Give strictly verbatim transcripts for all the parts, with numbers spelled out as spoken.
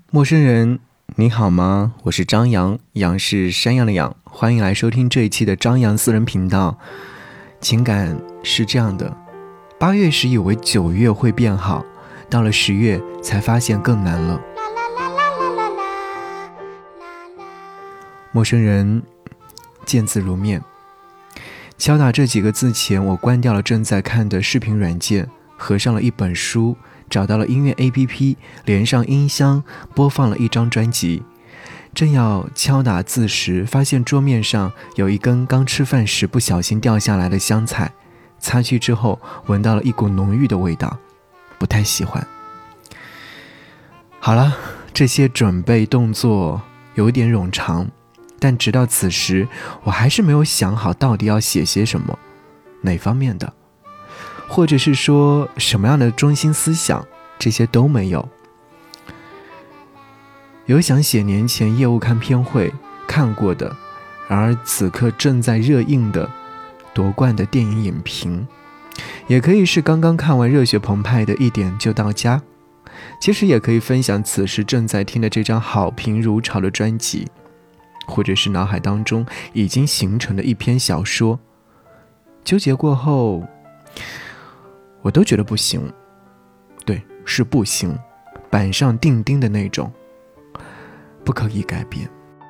陌生人，你好吗？我是张扬，杨是山羊的羊，欢迎来收听这一期的张扬私人频道。情感是这样的，八月时以为九月会变好，到了十月才发现更难了。陌生人，见字如面。敲打这几个字前，我关掉了正在看的视频软件，合上了一本书，找到了音乐 A P P， 连上音箱，播放了一张专辑。正要敲打字时，发现桌面上有一根刚吃饭时不小心掉下来的香菜，擦去之后闻到了一股浓郁的味道，不太喜欢。好了，这些准备动作有点冗长，但直到此时我还是没有想好到底要写些什么，哪方面的，或者是说什么样的中心思想，这些都没有。有想写年前业务看片会看过的，然而此刻正在热映的夺冠的电影影评，也可以是刚刚看完热血澎湃的一点就到家，其实也可以分享此时正在听的这张好评如潮的专辑，或者是脑海当中已经形成的一篇小说。纠结过后，我都觉得不行，对，是不行，板上钉钉的那种，不可以改变。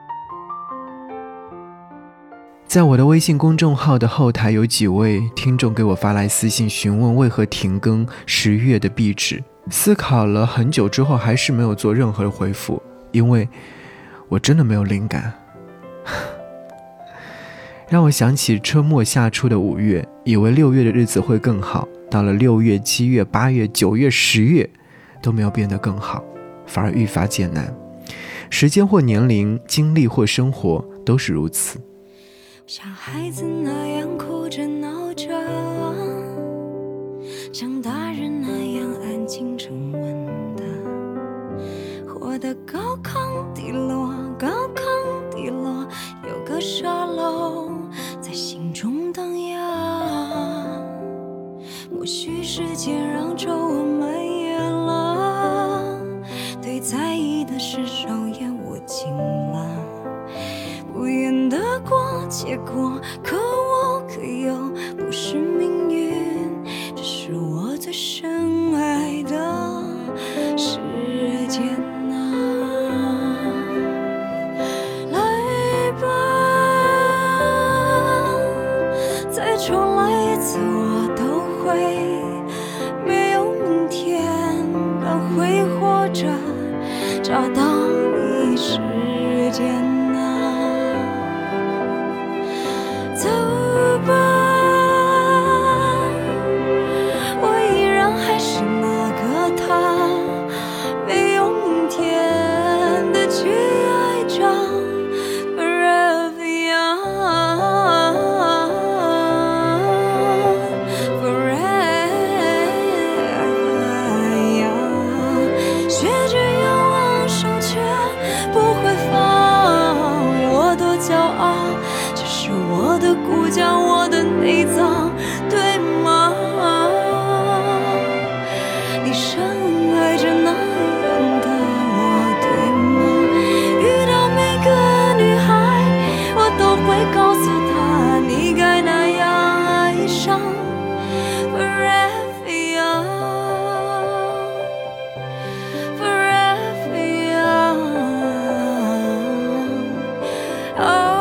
在我的微信公众号的后台，有几位听众给我发来私信询问为何停更十月的壁纸，思考了很久之后还是没有做任何回复，因为我真的没有灵感。让我想起车末夏初的五月，以为六月的日子会更好，到了六月、七月、八月、九月、十月都没有变得更好，反而愈发艰难。时间或年龄，经历或生活都是如此。 像孩子那样哭着闹着，像大人那样安静沉稳的，活得高亢低落，高亢低落，有个沙漏在心中荡漾。或许时间让皱纹蔓延了，对在意的事稍眼握紧了，不愿得过结果，可我可又不是命运，这是我最深爱的时间啊。来吧，再重来一次我都会没有明天，但会活着找到你时间啊。走吧，我依然还是那个他，没有明天的去爱着 Forever young Forever young， 学着仰望上却不会放，我多骄傲，这是我的骨架，我的内脏，对吗？你深爱着那样的我，对吗？遇到每个女孩，我都会告诉她，你该那样爱上 Forever young Forever young oh。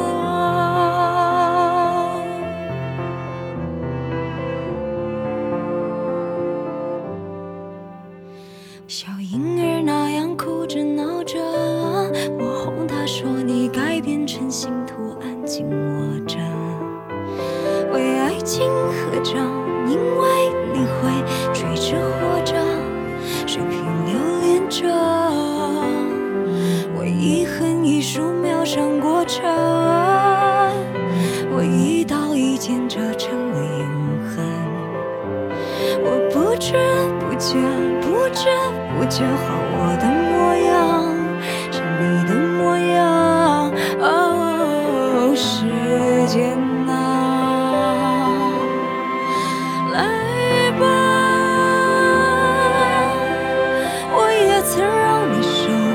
小婴儿那样哭着闹着，我哄他说你该变成新图案紧握着，为爱情合着，因为你会追着活着，水平留恋着，为遗恨一束秒上过程，为一刀一剑折成了永恒，我不知不觉不知不觉好我的模样是你的模样，哦，时间啊，来吧，我也曾让你受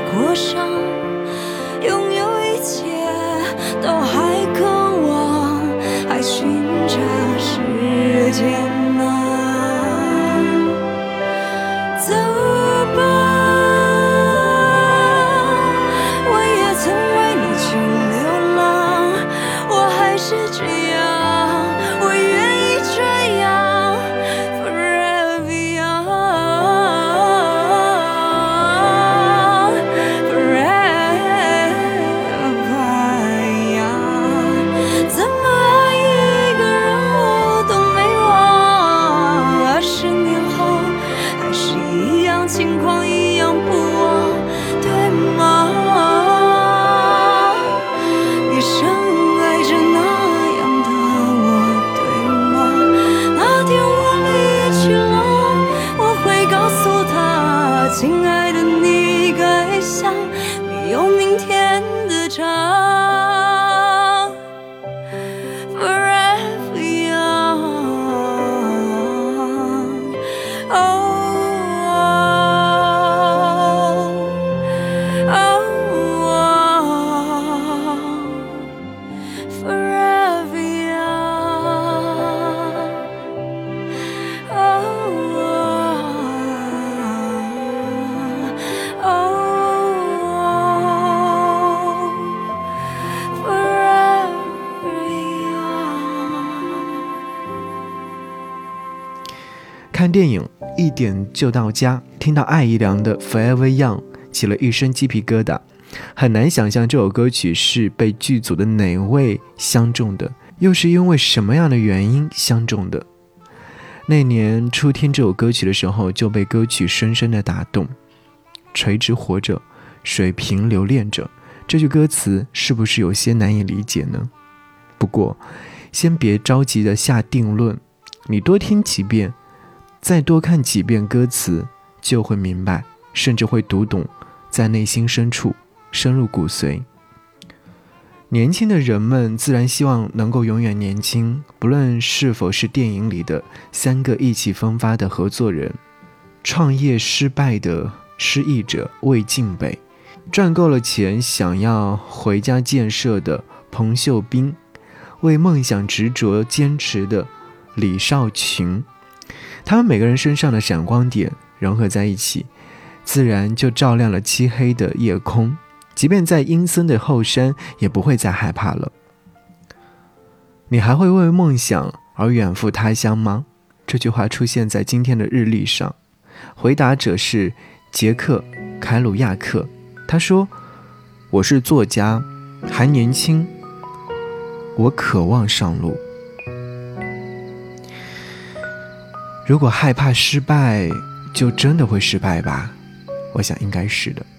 电影一点就到家，听到艾怡良的 Forever Young 起了一身鸡皮疙瘩，很难想象这首歌曲是被剧组的哪位相中的，又是因为什么样的原因相中的。那年初听这首歌曲的时候，就被歌曲深深的打动。垂直活着，水平留恋着，这句歌词是不是有些难以理解呢？不过先别着急的下定论，你多听几遍，再多看几遍歌词，就会明白，甚至会读懂，在内心深处深入骨髓。年轻的人们自然希望能够永远年轻，不论是否是电影里的三个意气风发的合作人，创业失败的失意者魏晋北，赚够了钱想要回家建设的彭秀斌，为梦想执着坚持的李少群，他们每个人身上的闪光点融合在一起，自然就照亮了漆黑的夜空，即便在阴森的后山也不会再害怕了。你还会为梦想而远赴他乡吗？这句话出现在今天的日历上，回答者是杰克·凯鲁亚克。他说，我是作家，还年轻，我渴望上路。如果害怕失败，就真的会失败吧？我想应该是的。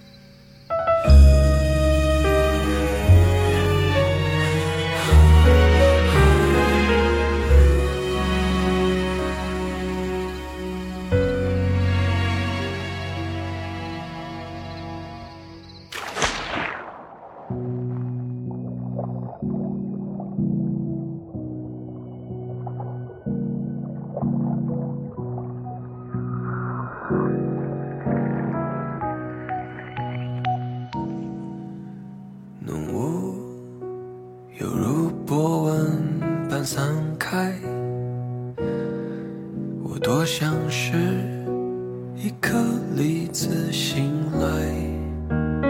浓雾犹如波纹般散开，我多像是一颗粒子醒来，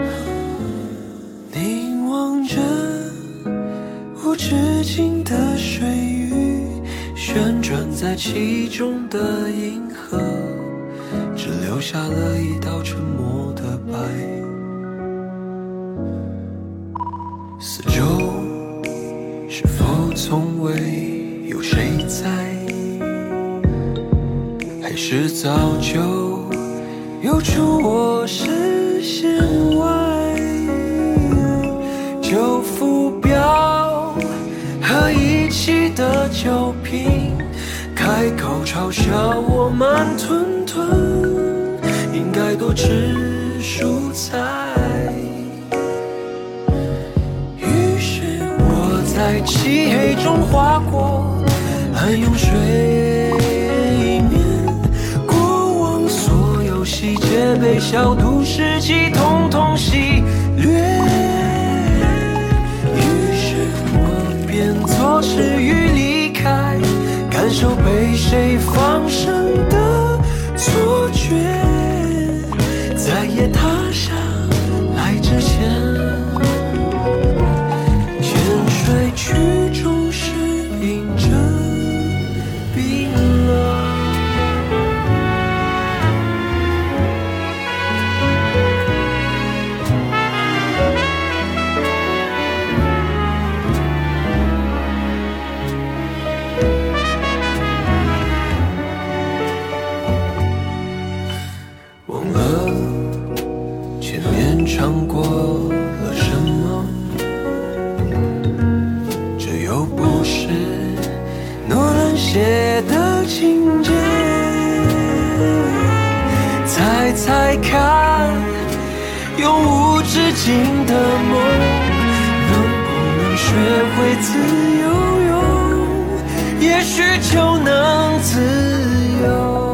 凝望着无止境的水域，旋转在其中的银河，只留下了一道沉默的白。四周是否从未有谁在，还是早就游出我视线外？旧浮标和遗弃的酒瓶，开口嘲笑我慢吞吞，应该多吃蔬菜。在漆黑中划过暗涌水面，过往所有细节被消毒试剂统统洗略。于是我便作词于离开，感受被谁放生的错觉，在夜踏下来之前，曲中适应着冰冷。忘了前面唱过了什么，又不是诺兰写的情节，猜猜看，永无止境的梦，能不能学会自由泳，也许就能自由。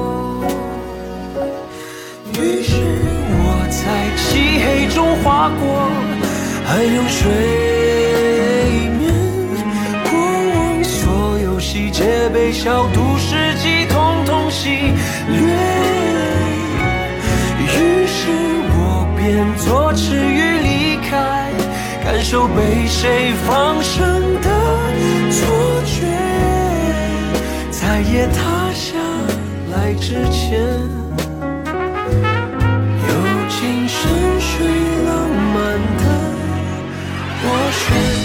于是我在漆黑中划过暗涌水面，细节被消毒试剂统统洗略。于是我便作词于离开，感受被谁放生的错觉，在夜踏下来爱之前，有情深水浪漫的我选。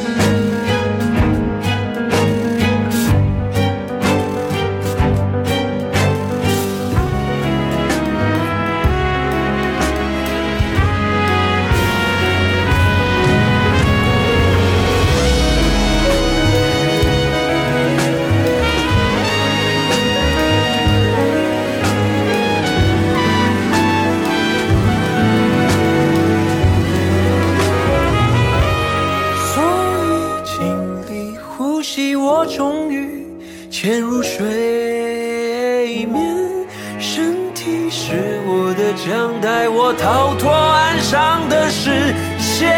我终于潜入睡眠，身体是我的将带我逃脱岸上的视线，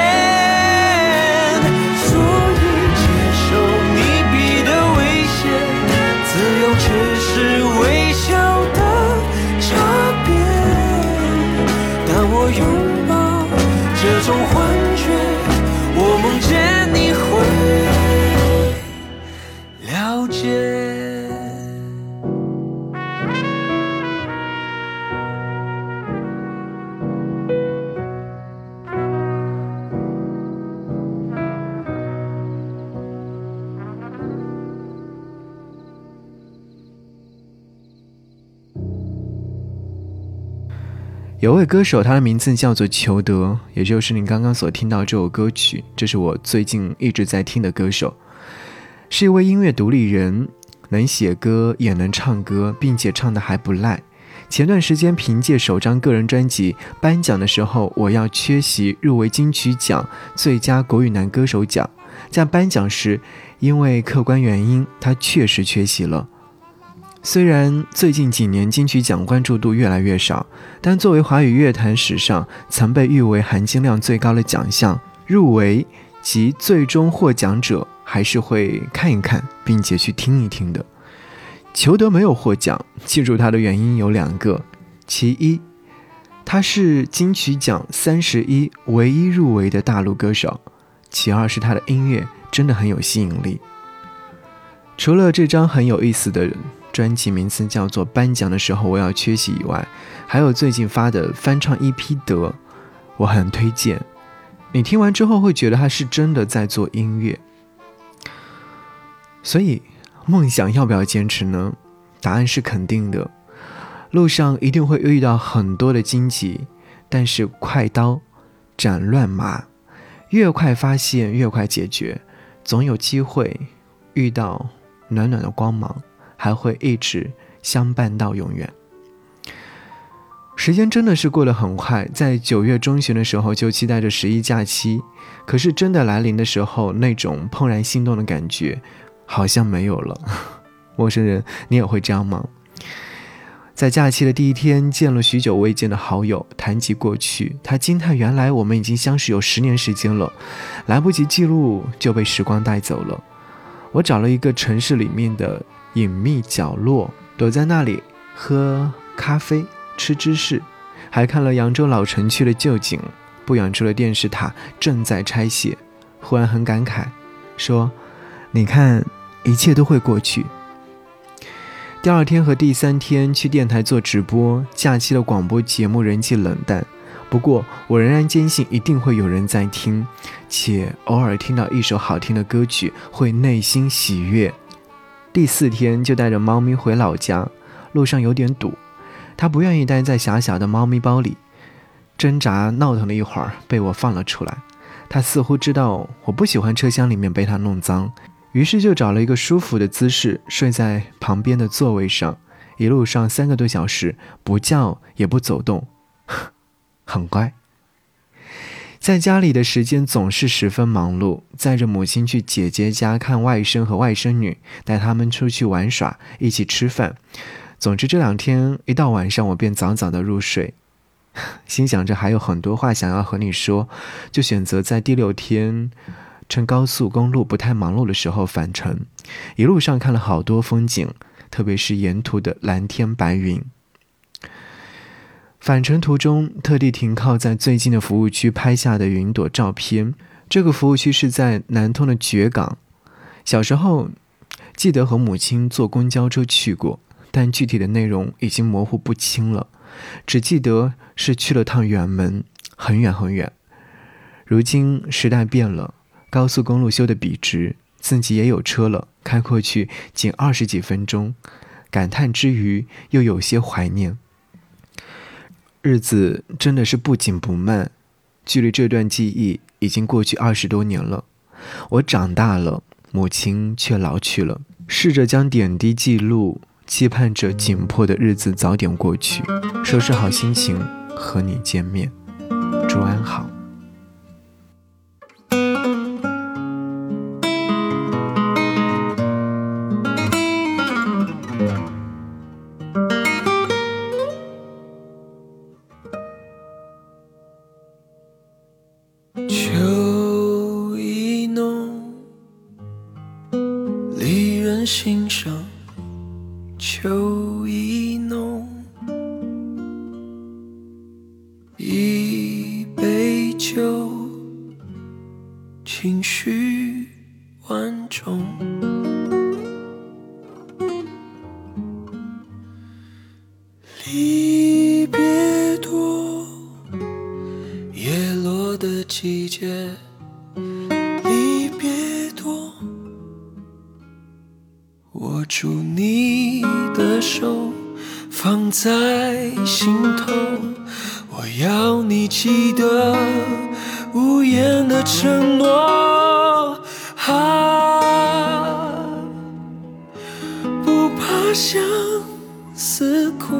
所以接受你比的危险，自由只是微小的差别。当我拥抱这种幻觉，我梦见你会了解。 有位歌手，他的名字叫做裘德，也就是你刚刚所听到这首歌曲，这是我最近一直在听的歌手，是一位音乐独立人，能写歌也能唱歌，并且唱得还不赖。前段时间凭借首张个人专辑颁奖的时候，我要缺席，入围金曲奖最佳国语男歌手奖。在颁奖时，因为客观原因，他确实缺席了。虽然最近几年金曲奖关注度越来越少，但作为华语乐坛史上曾被誉为含金量最高的奖项，入围及最终获奖者还是会看一看并且去听一听的。裘德没有获奖，记住他的原因有两个，其一，他是金曲奖三十一唯一入围的大陆歌手，其二是他的音乐真的很有吸引力。除了这张很有意思的专辑名字叫做颁奖的时候我要缺席以外，还有最近发的翻唱 E P 德，我很推荐，你听完之后会觉得他是真的在做音乐。所以梦想要不要坚持呢？答案是肯定的，路上一定会遇到很多的荆棘，但是快刀斩乱麻，越快发现越快解决，总有机会遇到暖暖的光芒，还会一直相伴到永远。时间真的是过得很快，在九月中旬的时候就期待着十一假期，可是真的来临的时候，那种怦然心动的感觉好像没有了。陌生人，你也会这样吗？在假期的第一天，见了许久未见的好友，谈及过去，他惊叹原来我们已经相识有十年时间了，来不及记录就被时光带走了。我找了一个城市里面的隐秘角落，躲在那里喝咖啡吃芝士，还看了扬州老城区的旧景，不远处的电视塔正在拆卸，忽然很感慨，说你看一切都会过去。第二天和第三天去电台做直播，假期的广播节目人气冷淡，不过我仍然坚信一定会有人在听，且偶尔听到一首好听的歌曲会内心喜悦。第四天就带着猫咪回老家，路上有点堵，它不愿意待在狭小的猫咪包里，挣扎闹腾了一会儿被我放了出来。它似乎知道我不喜欢车厢里面被它弄脏，于是就找了一个舒服的姿势睡在旁边的座位上，一路上三个多小时不叫也不走动，很乖。在家里的时间总是十分忙碌，载着母亲去姐姐家看外甥和外甥女，带他们出去玩耍，一起吃饭。总之这两天一到晚上我便早早的入睡，心想着还有很多话想要和你说，就选择在第六天趁高速公路不太忙碌的时候返程。一路上看了好多风景，特别是沿途的蓝天白云。返程途中特地停靠在最近的服务区拍下的云朵照片，这个服务区是在南通的绝港。小时候记得和母亲坐公交车去过， 但具体的内容已经模糊不清了，只记得是去了趟远门，很远很远。如今时代变了，高速公路修得笔直，自己也有车了，开过去仅二十几分钟，感叹之余又有些怀念。日子真的是不紧不慢，距离这段记忆已经过去二十多年了。我长大了，母亲却老去了，试着将点滴记录，期盼着紧迫的日子早点过去，收拾好心情和你见面。祝安好。 秋意浓，离人心伤。秋意浓，一杯酒，情绪万种。离别多，叶落的季节，离别多，握住你的手，放在心头，我要你记得无言的承诺。啊，不怕相思苦，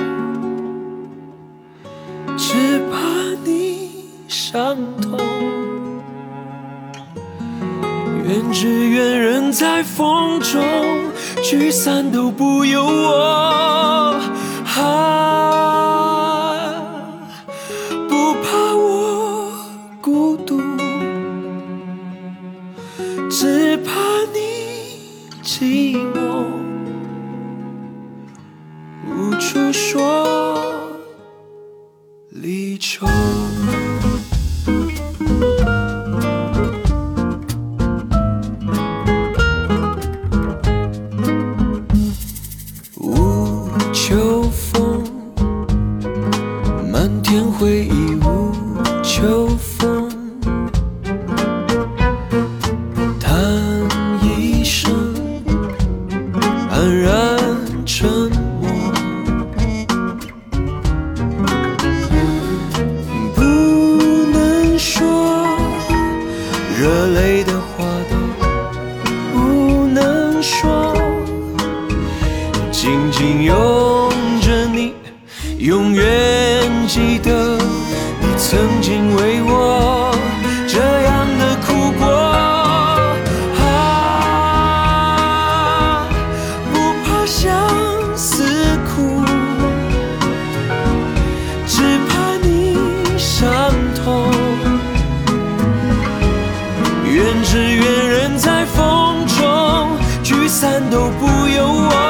只怕你伤痛。愿只愿人在风中，聚散都不由我。啊，不怕我孤独，只怕你寂寞，无处说离愁。无秋风，漫天回忆无秋风，叹一声，安然沉默。不能说热泪的花都不能说，紧紧拥着你，永远记得你曾经为我这样的哭过。啊，不怕相思苦，只怕你伤痛。愿只愿人在风中，聚散都不由我。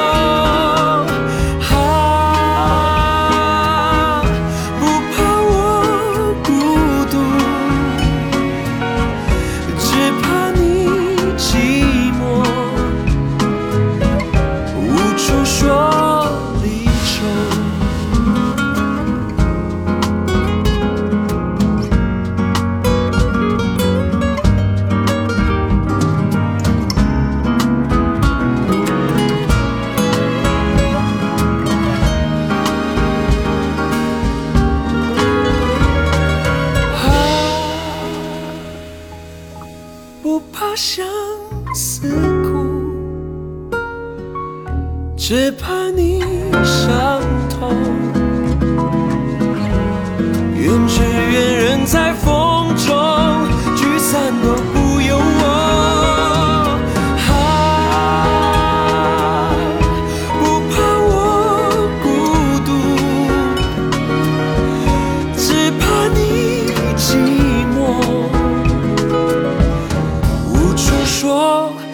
不怕相思苦，只怕你伤痛。愿只愿人在风中，聚散都不由我。啊，不怕我孤独，只怕你寂寞，无处说